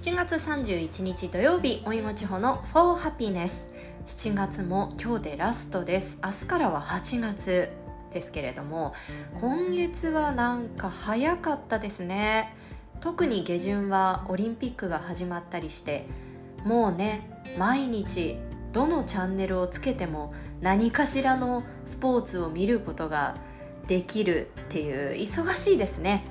7月31日土曜日、おいもちほの For Happiness。 7月も今日でラストです。明日からは8月ですけれども、今月はなんか早かったですね。特に下旬はオリンピックが始まったりして、もうね、毎日どのチャンネルをつけても何かしらのスポーツを見ることができるっていう忙しいですね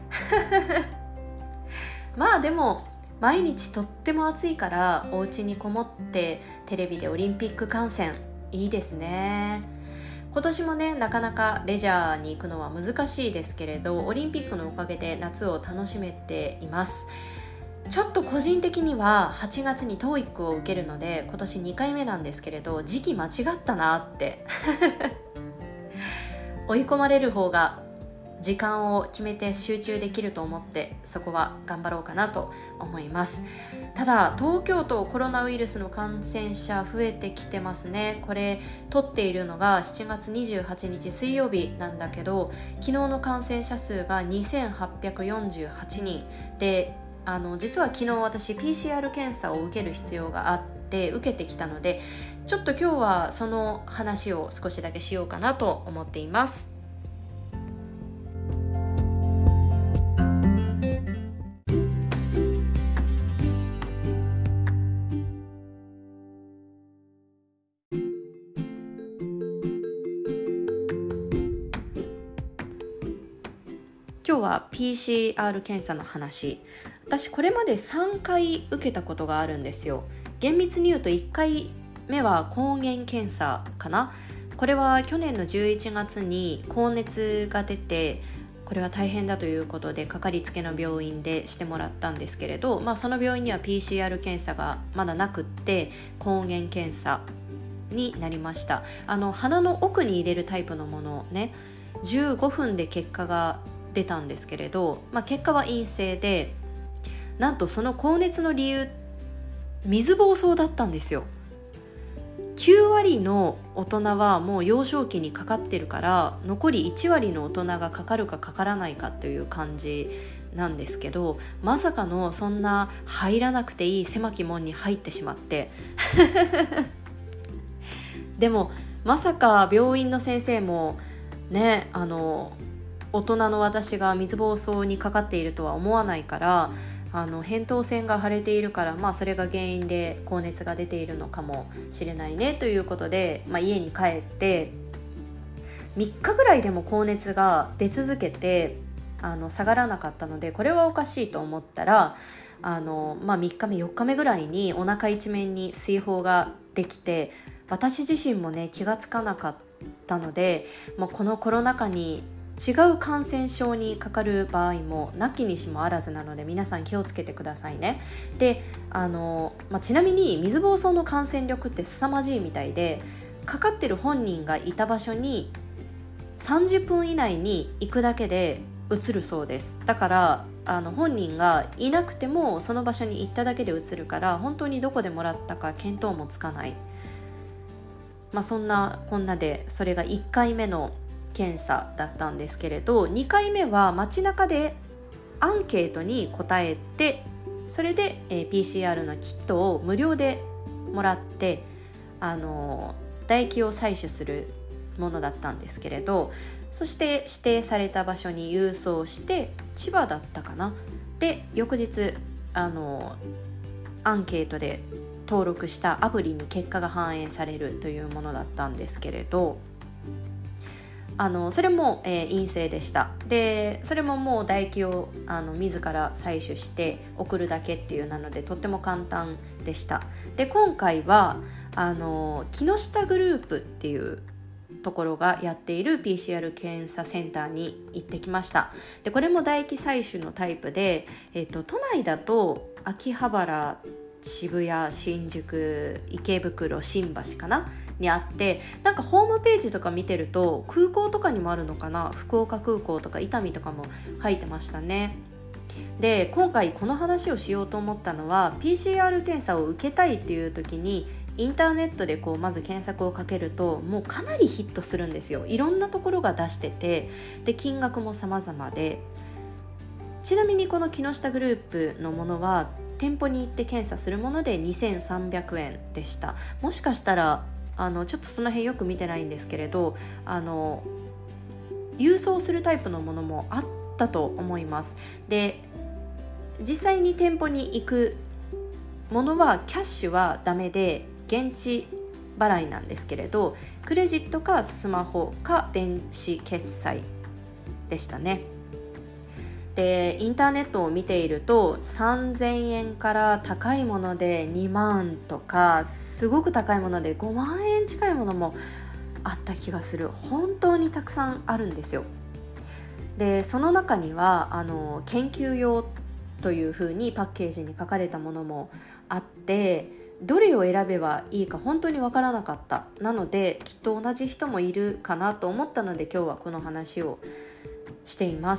まあでも毎日とっても暑いからお家にこもってテレビでオリンピック観戦いいですね。今年もね、なかなかレジャーに行くのは難しいですけれど、オリンピックのおかげで夏を楽しめています。ちょっと個人的には8月に TOEIC を受けるので、今年2回目なんですけれど、時期間違ったなって追い込まれる方が時間を決めて集中できると思って、そこは頑張ろうかなと思います。ただ東京都コロナウイルスの感染者増えてきてますね。これ撮っているのが7月28日水曜日なんだけど、昨日の感染者数が2848人で、実は昨日私 PCR 検査を受ける必要があって受けてきたので、ちょっと今日はその話を少しだけしようかなと思っています。今日は PCR 検査の話。私これまで3回受けたことがあるんですよ。厳密に言うと1回目は抗原検査かな。これは去年の11月に高熱が出て、これは大変だということでかかりつけの病院でしてもらったんですけれど、その病院には PCR 検査がまだなくって抗原検査になりました。鼻の奥に入れるタイプのものね、15分で結果が出たんですけれど、結果は陰性で、なんとその高熱の理由、水疱瘡だったんですよ。9割の大人はもう幼少期にかかってるから、残り1割の大人がかかるかかからないかという感じなんですけど、まさかのそんな入らなくていい狭き門に入ってしまってでもまさか病院の先生もね、大人の私が水疱瘡にかかっているとは思わないから、扁桃腺が腫れているから、それが原因で高熱が出ているのかもしれないねということで、家に帰って3日ぐらいでも高熱が出続けて下がらなかったので、これはおかしいと思ったら3日目4日目ぐらいにお腹一面に水疱ができて、私自身もね気がつかなかったので、このコロナ禍に違う感染症にかかる場合もなきにしもあらずなので、皆さん気をつけてくださいね。でちなみに水疱瘡の感染力って凄まじいみたいで、かかってる本人がいた場所に30分以内に行くだけでうつるそうです。だから本人がいなくてもその場所に行っただけでうつるから、本当にどこでもらったか見当もつかない。そんなこんなで、それが1回目の検査だったんですけれど、2回目は街中でアンケートに答えて、それで、PCR のキットを無料でもらって唾液を採取するものだったんですけれど、そして指定された場所に郵送して、千葉だったかな、で翌日アンケートで登録したアプリに結果が反映されるというものだったんですけれど、それも、陰性でした。でそれももう唾液を自ら採取して送るだけっていうなので、とっても簡単でした。で今回は木下グループっていうところがやっている PCR 検査センターに行ってきました。でこれも唾液採取のタイプで、都内だと秋葉原、渋谷、新宿、池袋、新橋かなにあって、なんかホームページとか見てると空港とかにもあるのかな、福岡空港とか伊丹とかも書いてましたね。で今回この話をしようと思ったのは、 PCR 検査を受けたいっていう時にインターネットでまず検索をかけると、もうかなりヒットするんですよ。いろんなところが出してて、で金額も様々で、ちなみにこの木下グループのものは店舗に行って検査するもので2300円でした。もしかしたらちょっとその辺よく見てないんですけれど、郵送するタイプのものもあったと思います。で、実際に店舗に行くものはキャッシュはダメで現地払いなんですけれど、クレジットかスマホか電子決済でしたね。で、インターネットを見ていると3000円から高いもので2万とか、すごく高いもので5万円近いものもあった気がする。本当にたくさんあるんですよ。で、その中には研究用というふうにパッケージに書かれたものもあって、どれを選べばいいか本当に分からなかった。なのできっと同じ人もいるかなと思ったので今日はこの話をしています。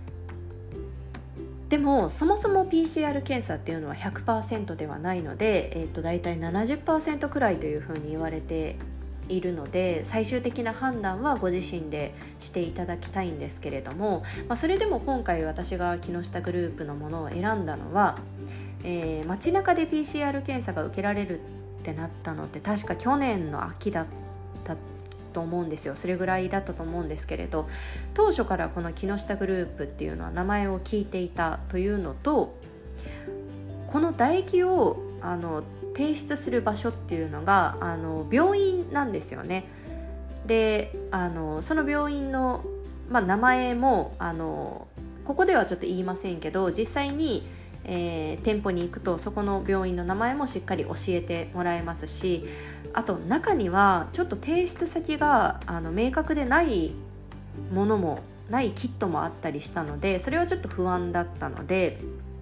でもそもそも PCR 検査っていうのは 100% ではないので、だいたい 70% くらいというふうに言われているので、最終的な判断はご自身でしていただきたいんですけれども、それでも今回私が木下グループのものを選んだのは、街中で PCR 検査が受けられるってなったのって確か去年の秋だったと思うんですよ。それぐらいだったと思うんですけれど、当初からこの木下グループっていうのは名前を聞いていたというのと、この唾液を提出する場所っていうのが病院なんですよね。でその病院の、名前もここではちょっと言いませんけど、実際に店舗に行くとそこの病院の名前もしっかり教えてもらえますし、あと中にはちょっと提出先が明確でないものもないキットもあったりしたので、それはちょっと不安だったので、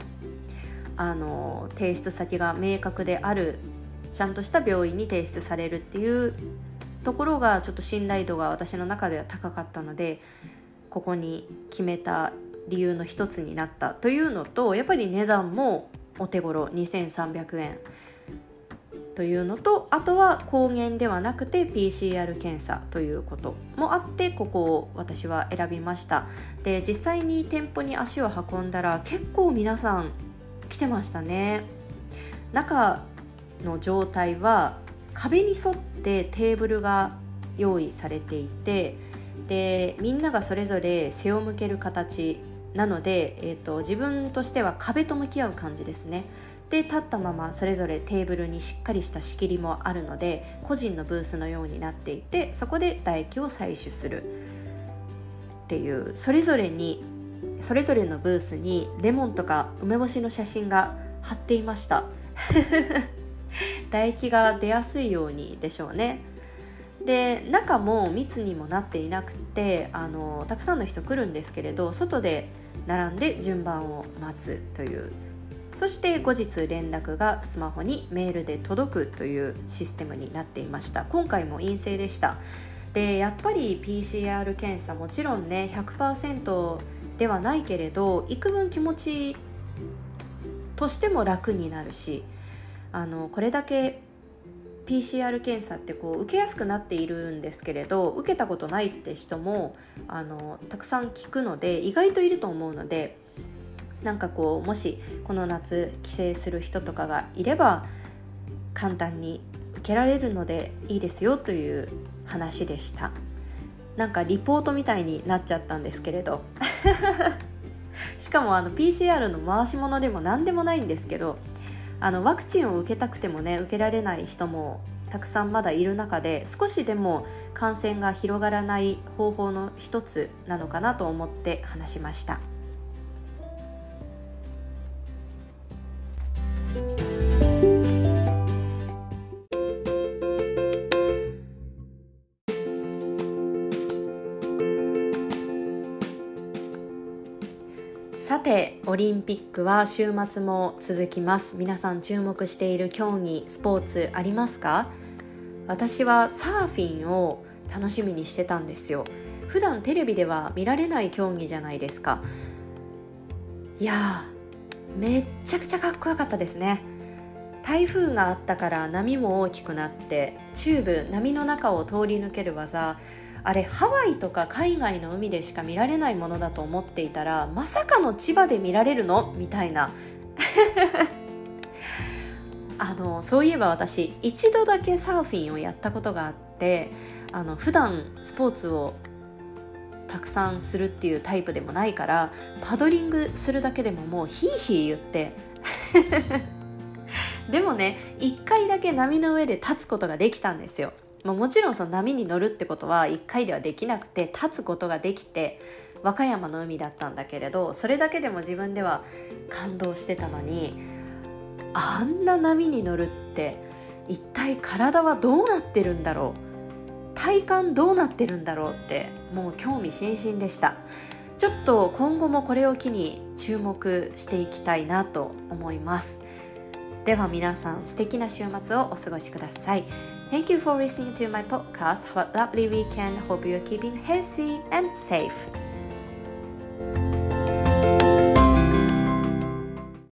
提出先が明確であるちゃんとした病院に提出されるっていうところがちょっと信頼度が私の中では高かったので、ここに決めた理由の一つになったというのと、やっぱり値段もお手頃2300円というのと、あとは抗原ではなくて PCR 検査ということもあって、ここを私は選びました。で、実際に店舗に足を運んだら結構皆さん来てましたね。中の状態は壁に沿ってテーブルが用意されていて、でみんながそれぞれ背を向ける形なので、自分としては壁と向き合う感じですね。で、立ったままそれぞれテーブルにしっかりした仕切りもあるので、個人のブースのようになっていて、そこで唾液を採取するっていう、それぞれのブースにレモンとか梅干しの写真が貼っていました唾液が出やすいようにでしょうね。で、中も密にもなっていなくてたくさんの人来るんですけれど、外で並んで順番を待つという、そして後日連絡がスマホにメールで届くというシステムになっていました。今回も陰性でした。で、やっぱり PCR 検査もちろんね 100% ではないけれど、幾分気持ちとしても楽になるし、これだけ PCR 検査って受けやすくなっているんですけれど、受けたことないって人もたくさん聞くので、意外といると思うので、なんかもしこの夏帰省する人とかがいれば簡単に受けられるのでいいですよという話でした。なんかリポートみたいになっちゃったんですけれどしかもPCR の回し物でも何でもないんですけど、ワクチンを受けたくてもね受けられない人もたくさんまだいる中で、少しでも感染が広がらない方法の一つなのかなと思って話しました。さて、オリンピックは週末も続きます。皆さん注目している競技、スポーツありますか？私はサーフィンを楽しみにしてたんですよ。普段テレビでは見られない競技じゃないですか。いやー、めっちゃくちゃかっこよかったですね。台風があったから波も大きくなって、チューブ、波の中を通り抜ける技、あれハワイとか海外の海でしか見られないものだと思っていたら、まさかの千葉で見られるのみたいなそういえば私一度だけサーフィンをやったことがあって、普段スポーツをたくさんするっていうタイプでもないから、パドリングするだけでももうヒーヒー言ってでもね、1回だけ波の上で立つことができたんですよ。もちろんその波に乗るってことは1回ではできなくて、立つことができて、和歌山の海だったんだけれど、それだけでも自分では感動してたのに、あんな波に乗るって一体体はどうなってるんだろう、体感どうなってるんだろうって、もう興味津々でした。ちょっと今後もこれを機に注目していきたいなと思います。では皆さん、素敵な週末をお過ごしください。Thank you for listening to my podcast. Have a lovely weekend. Hope you're keeping healthy and safe.